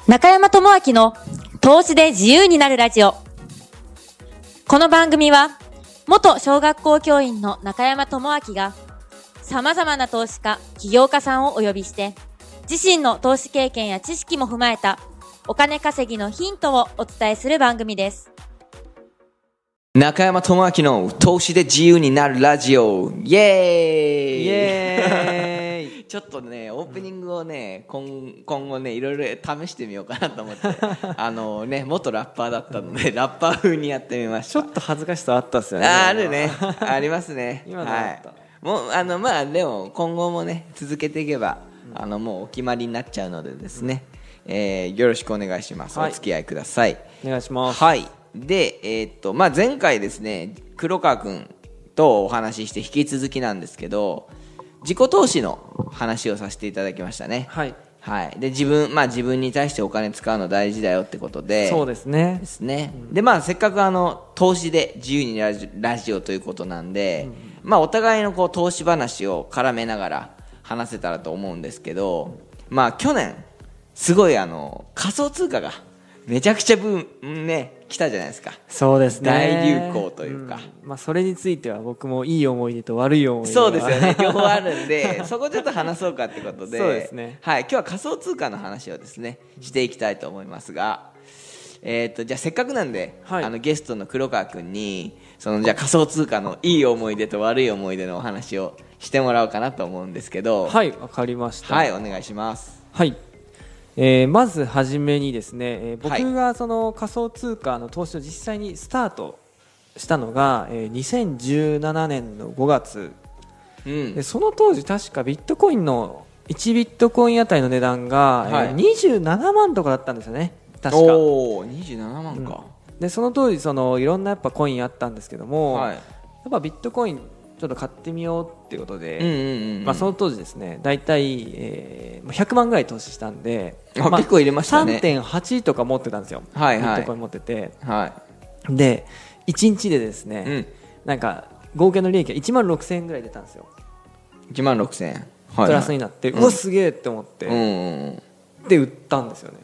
中山智明の投資で自由になるラジオ。この番組は元小学校教員の中山智明が様々な投資家、起業家さんをお呼びして自身の投資経験や知識も踏まえたお金稼ぎのヒントをお伝えする番組です。 中山智明の投資で自由になるラジオ、イエーイイエーイちょっとねオープニングをね今後ねいろいろ試してみようかなと思って元ラッパーだったのでラッパー風にやってみました。 ちょっと恥ずかしさあったっすよね。 あるねありますね今のあった、 はい、もうまあでも今後もね続けていけば、もうお決まりになっちゃうのでですね、よろしくお願いします、はい、お付き合いください。 お願いします。 はい。で、前回ですね黒川くんとお話しして引き続きなんですけど、自己投資の話をさせていただきましたね。 はいはい。で自分に対してお金使うの大事だよってことで、 そうですね。 でせっかく投資で自由になるラジオということなんで、お互いのこう投資話を絡めながら話せたらと思うんですけど、去年すごい仮想通貨がめちゃくちゃ来たじゃないですか。 そうですね。 大流行というか、 それについては僕もいい思い出と悪い思い出がそうですよね、両方あるんでそこちょっと話そうかってことで、 そうですね、 はい、今日は仮想通貨の話をですねしていきたいと思いますが、じゃあせっかくなんで、はい、ゲストの黒川くんにじゃあ仮想通貨のいい思い出と悪い思い出のお話をしてもらおうかなと思うんですけど。 はい、わかりました。 はい、お願いします。 はい、まずはじめにですね、僕がその仮想通貨の投資を実際にスタートしたのが、2017年の5月、でその当時確かビットコインの1ビットコインあたりの値段が、27万とかだったんですよね、確か。 おー、27万か、 でその当時いろんなやっぱコインあったんですけども、やっぱビットコインちょっと買ってみようっていうことで、その当時ですね、だいたい100万ぐらい投資したんで、 結構入れましたね。 3.8 とか持ってたんですよ、 はいはい、 ビットコイン持ってて、 はい、 で1日でですね、なんか合計の利益が1万6000円ぐらい出たんですよ。 1万6000円、 プラスになって、うわすげえって思って、で売ったんですよね。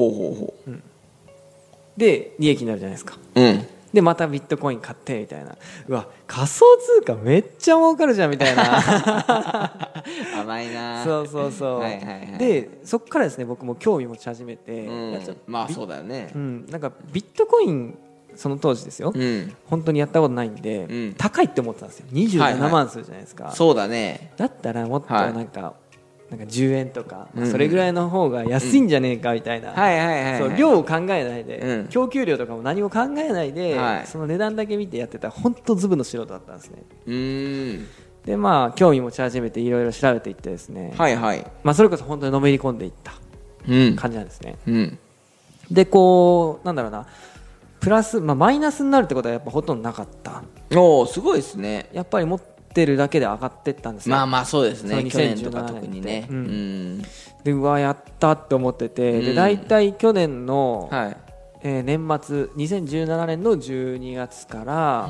で利益になるじゃないですか。でまたビットコイン買ってみたいな、うわ仮想通貨めっちゃ儲かるじゃんみたいな甘いな。 そうそうそう、でそこからですね僕も興味持ち始めて、 そうだよね、 なんかビットコインその当時ですよ、本当にやったことないんで、高いって思ってたんですよ。27万するじゃないですか。 そうだね。 だったらもっとなんか10円とか、それぐらいの方が安いんじゃねえかみたいな、量を考えないで、供給量とかも何も考えないで、その値段だけ見てやってた本当ズブの素人だったんですね。で興味持ち始めていろいろ調べていってですね、それこそ本当にのめり込んでいった感じなんですね。でなんだろうな、プラス、マイナスになるってことはやっぱほとんどなかった。 おー、すごいですね。 やっぱり持ってるだけで上がっていったんですよ。 そうですね、去年とか特にね。 でうわやったって思ってて、で大体去年の、年末2017年の12月から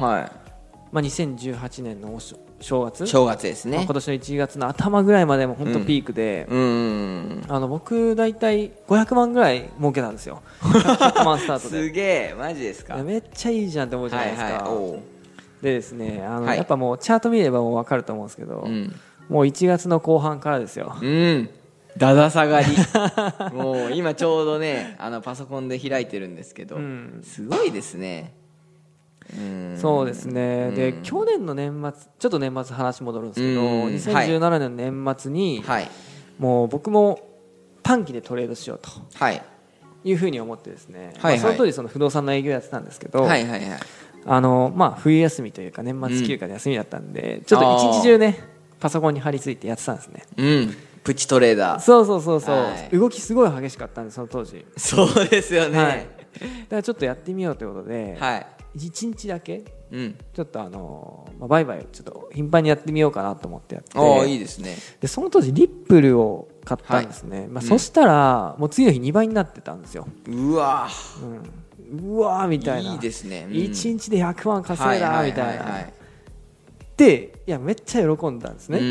、2018年の正月ですね、 今年の1月の頭ぐらいまでも本当ピークで、僕大体500万ぐらい儲けたんですよ。100万スタートで。 すげえ、マジですか。 めっちゃいいじゃんって思うじゃないですか。でですね、やっぱもうチャート見ればもう分かると思うんですけど、もう1月の後半からですよ。 だだ下がりもう今ちょうどねパソコンで開いてるんですけど、すごいですね。 そうですね。で去年の年末、ちょっと年末話戻るんですけど、2017年の年末に、もう僕も短期でトレードしようというふうに思ってですね、その当時その不動産の営業やってたんですけど、冬休みというか年末休暇で休みだったんで、ちょっと一日中ねパソコンに張り付いてやってたんですね。 プチトレーダー。 そう動きすごい激しかったんで、その当時。 そうですよね、 だからちょっとやってみようということで、1日だけちょっと売買をちょっと頻繁にやってみようかなと思ってやって、 いいですね。 でその当時リップルを買ったんですね。そしたらもう次の日2倍になってたんですよ。 うわみたいな。 いいですね。 1日で100万稼いだみたいな。でいやめっちゃ喜んだんですね。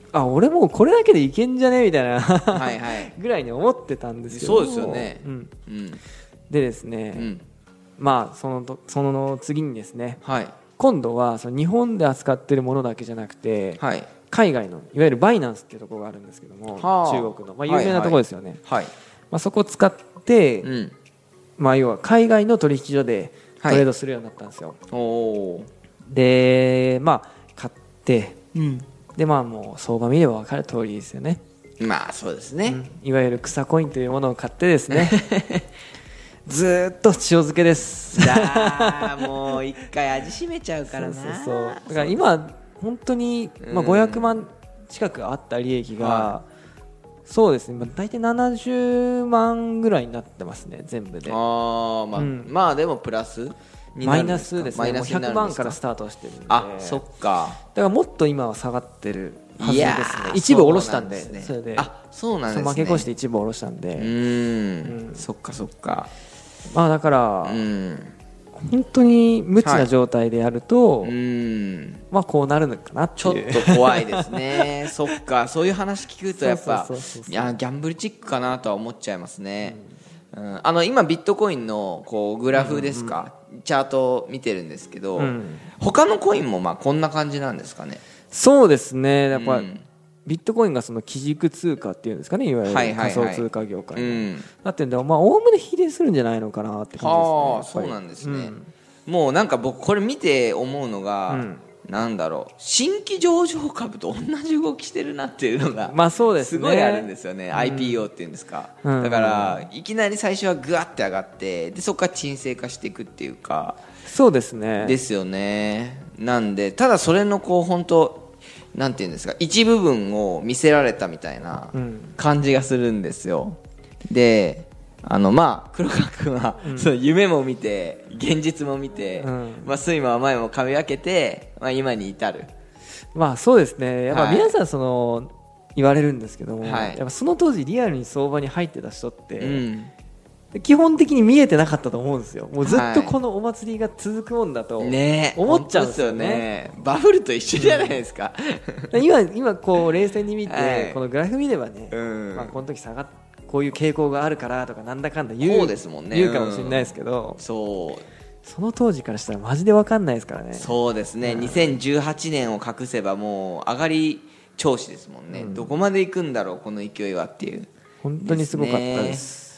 俺もうこれだけでいけんじゃねみたいなはい、はい、 ぐらいに思ってたんですけど、 そうですよね、 でですね、まあその次にですね、はい、今度はその日本で扱っているものだけじゃなくて、はい、海外のいわゆるバイナンスっていうところがあるんですけども、中国の、有名なところですよね、はいはい、そこを使って、要は海外の取引所でトレードするようになったんですよ、はい、で買って、でもう相場見れば分かる通りですよね。 そうですね、 いわゆる草コインというものを買ってですねずっと塩漬けです。 もう一回味しめちゃうからな。 そうだから今本当に500万近くあった利益が、そうですね、大体70万ぐらいになってますね、全部で。 でもプラスマイナスですね。もう100万からスタートしてるんで。 そっか。 だからもっと今は下がってるはずですね。一部下ろしたんで、それでそうなんですね。 負け越して一部下ろしたんで。 そっかそっか。 だから、本当に無知な状態でやると、こうなるのかなっていう。 ちょっと怖いですね。そっか、そういう話聞くとやっぱギャンブルチックかなとは思っちゃいますね。今ビットコインのこうグラフですか、チャートを見てるんですけど、他のコインもこんな感じなんですかね。 そうですね、やっぱビットコインがその基軸通貨っていうんですかね、いわゆる仮想通貨業界だってんで、おおむね比例するんじゃないのかなって感じですね。 そうなんですね、もうなんか僕これ見て思うのが、なんだろう、新規上場株と同じ動きしてるなっていうのがすごいあるんですよね。IPO っていうんですか、だからいきなり最初はグワッて上がってでそこから沈静化していくっていうか。 そうですね、 ですよね。なんでただそれのこう本当なんていうんですか、一部分を見せられたみたいな感じがするんですよ。で黒川君は、その夢も見て現実も見て、睡魔は前も噛み分けて、今に至る。 そうですね、やっぱ皆さん言われるんですけども、やっぱその当時リアルに相場に入ってた人って、基本的に見えてなかったと思うんですよ。もうずっとこのお祭りが続くもんだと思っちゃうんですよね。 バブルと一緒じゃないですか。 今こう冷静に見て、このグラフ見ればね、この時下がってこういう傾向があるからとかなんだかんだ言うかもしれないですけど、その当時からしたらマジで分かんないですからね。 そうですね、2018年を隠せばもう上がり調子ですもんね、どこまで行くんだろうこの勢いはっていう。 本当にすごかったです。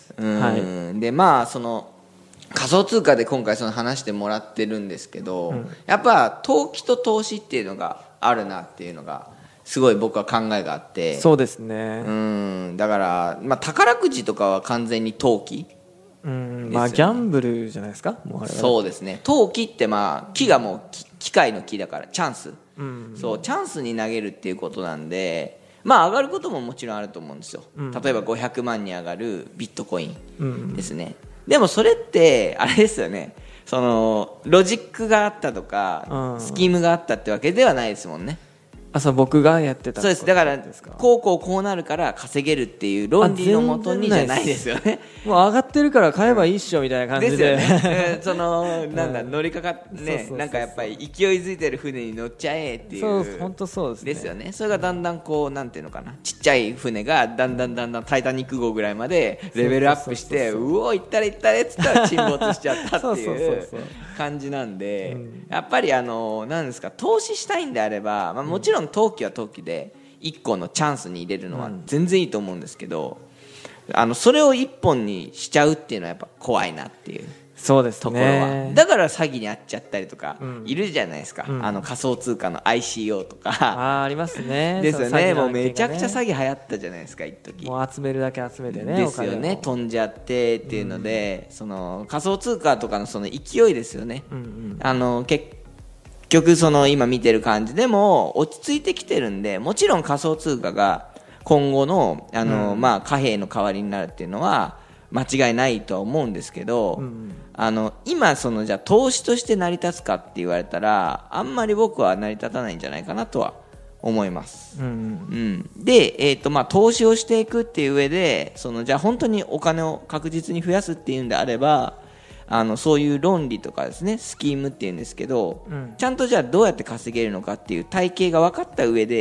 でその仮想通貨で今回その話してもらってるんですけど、やっぱ投機と投資っていうのがあるなっていうのがすごい僕は考えがあって。 そうですね、 だから、宝くじとかは完全に投機、 ギャンブルじゃないですか。もうそうですね、投機って木がもう機械の木だからチャンス、そうチャンスに投げるっていうことなんで、上がることももちろんあると思うんですよ、例えば500万に上がるビットコインですね、でもそれってあれですよね、そのロジックがあったとか、スキームがあったってわけではないですもんね。 僕がやってた。 そうです。だからこうなるから稼げるっていう論理のもとにじゃないですよね。 もう上がってるから買えばいいっしょみたいな感じで。 ですよね。乗りかかってね、なんかやっぱり勢いづいてる船に乗っちゃえっていう。 そう本当そうですね。 ですよね。それがだんだんこうなんていうのかな、ちっちゃい船がだんだんタイタニック号ぐらいまでレベルアップして、うお行ったれっつったら沈没しちゃったっていう感じなんで、やっぱりなんですか、投資したいんであれば、もちろん投機は投機で1個のチャンスに入れるのは全然いいと思うんですけど、それを1本にしちゃうっていうのはやっぱ怖いなっていうそうですね、 ところは。だから詐欺に遭っちゃったりとかいるじゃないですか、仮想通貨の ICO とかありますね。 ですよね。もうめちゃくちゃ詐欺流行ったじゃないですか一時。 もう集めるだけ集めてね、 ですよね、飛んじゃってっていうので、その仮想通貨とかのその勢いですよね、結局その今見てる感じでも落ち着いてきてるんで、もちろん仮想通貨が今後の貨幣の代わりになるっていうのは間違いないとは思うんですけど、今そのじゃあ投資として成り立つかって言われたらあんまり僕は成り立たないんじゃないかなとは思います、で、投資をしていくっていう上でじゃあ本当にお金を確実に増やすっていうんであればそういう論理とかですね、スキームっていうんですけど、ちゃんとじゃあどうやって稼げるのかっていう体系が分かった上で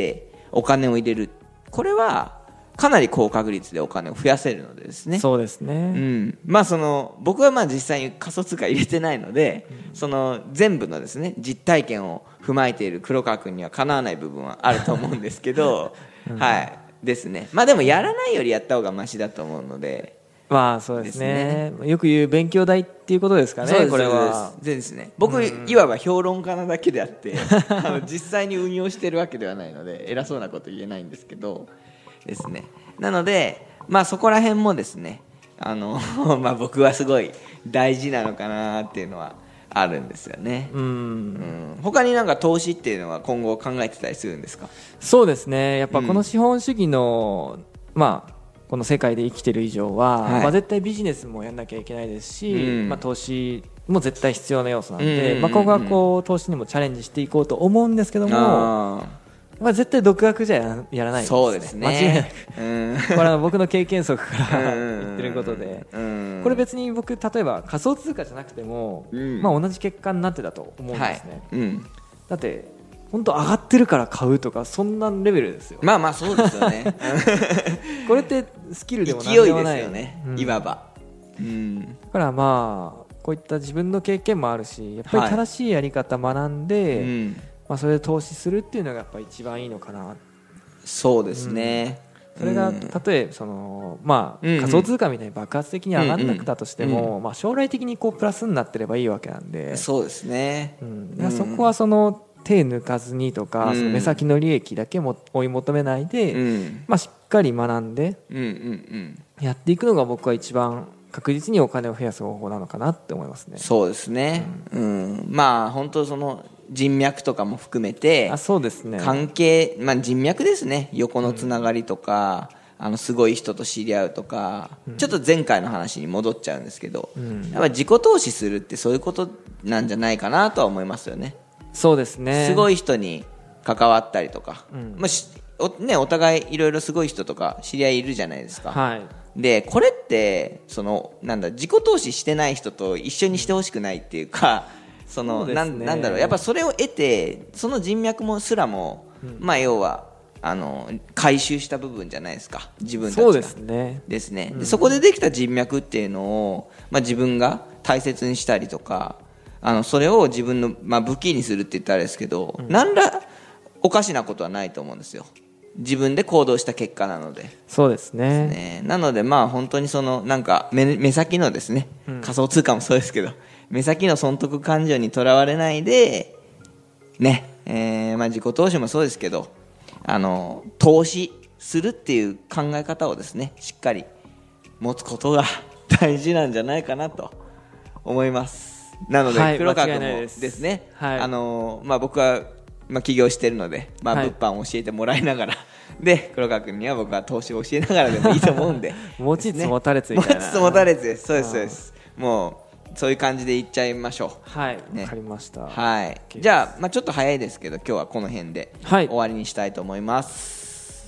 お金を入れる、これはかなり高確率でお金を増やせるのでですね。 そうですね、 僕は実際に仮想通貨入れてないので、その全部のですね実体験を踏まえている黒川君にはかなわない部分はあると思うんですけど、はいですね。でもやらないよりやった方がマシだと思うので、 そうですね。よく言う勉強代っていうことですかね。これはですね。僕、いわば評論家なだけであって実際に運用してるわけではないので偉そうなこと言えないんですけどですね。なのでそこら辺もですね僕はすごい大事なのかなっていうのはあるんですよね。他になんか投資っていうのは今後考えてたりするんですか？ そうですね。やっぱこの資本主義のこの世界で生きてる以上は、絶対ビジネスもやんなきゃいけないですし、投資も絶対必要な要素なんで、ここは投資にもチャレンジしていこうと思うんですけども、絶対独学じゃやらないですね。 そうですね。 間違いなく。これは僕の経験則から言ってることで、これ別に僕例えば仮想通貨じゃなくても、同じ結果になってたと思うんですね。だって本当上がってるから買うとかそんなレベルですよ。 そうですよねこれってスキルでも何でもない勢いですよね、いわば。 だからこういった自分の経験もあるし、やっぱり正しいやり方学んで、それで投資するっていうのがやっぱ一番いいのかな。 そうですね、 それがたとえ仮想通貨みたいに爆発的に上がらなくたとしても、将来的にプラスになってればいいわけなんで。 そうですね、 そこは手抜かずにとか、その目先の利益だけも追い求めないで、しっかり学んでやっていくのが僕は一番確実にお金を増やす方法なのかなって思いますね。 そうですね、本当その人脈とかも含めて、 そうですね、 関係、人脈ですね、横のつながりとか、すごい人と知り合うとか、ちょっと前回の話に戻っちゃうんですけど、やっぱ自己投資するってそういうことなんじゃないかなとは思いますよね。 そうですね。 すごい人に関わったりとか、お互いいろいろすごい人とか知り合いいるじゃないですか。でこれって自己投資してない人と一緒にしてほしくないっていうか、やっぱそれを得てその人脈もすらも、要は回収した部分じゃないですか、自分たちが。 そうですね。 でそこでできた人脈っていうのを、自分が大切にしたりとか、それを自分の、武器にするって言ったらあれですけど、何らおかしなことはないと思うんですよ。自分で行動した結果なので。 そうですね。 なので本当に目先のですね、仮想通貨もそうですけど、目先の損得感情にとらわれないでね、自己投資もそうですけど、投資するっていう考え方をですね、しっかり持つことが大事なんじゃないかなと思います。なので、黒川君もですね、僕は起業しているので、物販を教えてもらいながらで、黒川君には僕は投資を教えながらでもいいと思うんで持ちつ持たれつみたいな。 持ちつ持たれつです。そうです、そうです。もうそういう感じでいっちゃいましょう。 わかりました。 じゃあ、ちょっと早いですけど今日はこの辺で終わりにしたいと思います。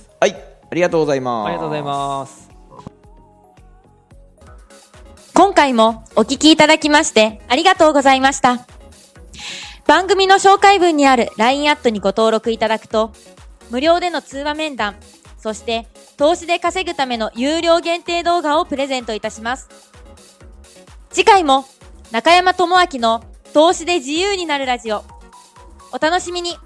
ありがとうございます。 ありがとうございます。 今回もお聞きいただきましてありがとうございました。番組の紹介文にある LINE アットにご登録いただくと、無料での通話面談、そして投資で稼ぐための有料限定動画をプレゼントいたします。次回も中山智明の投資で自由になるラジオ、お楽しみに。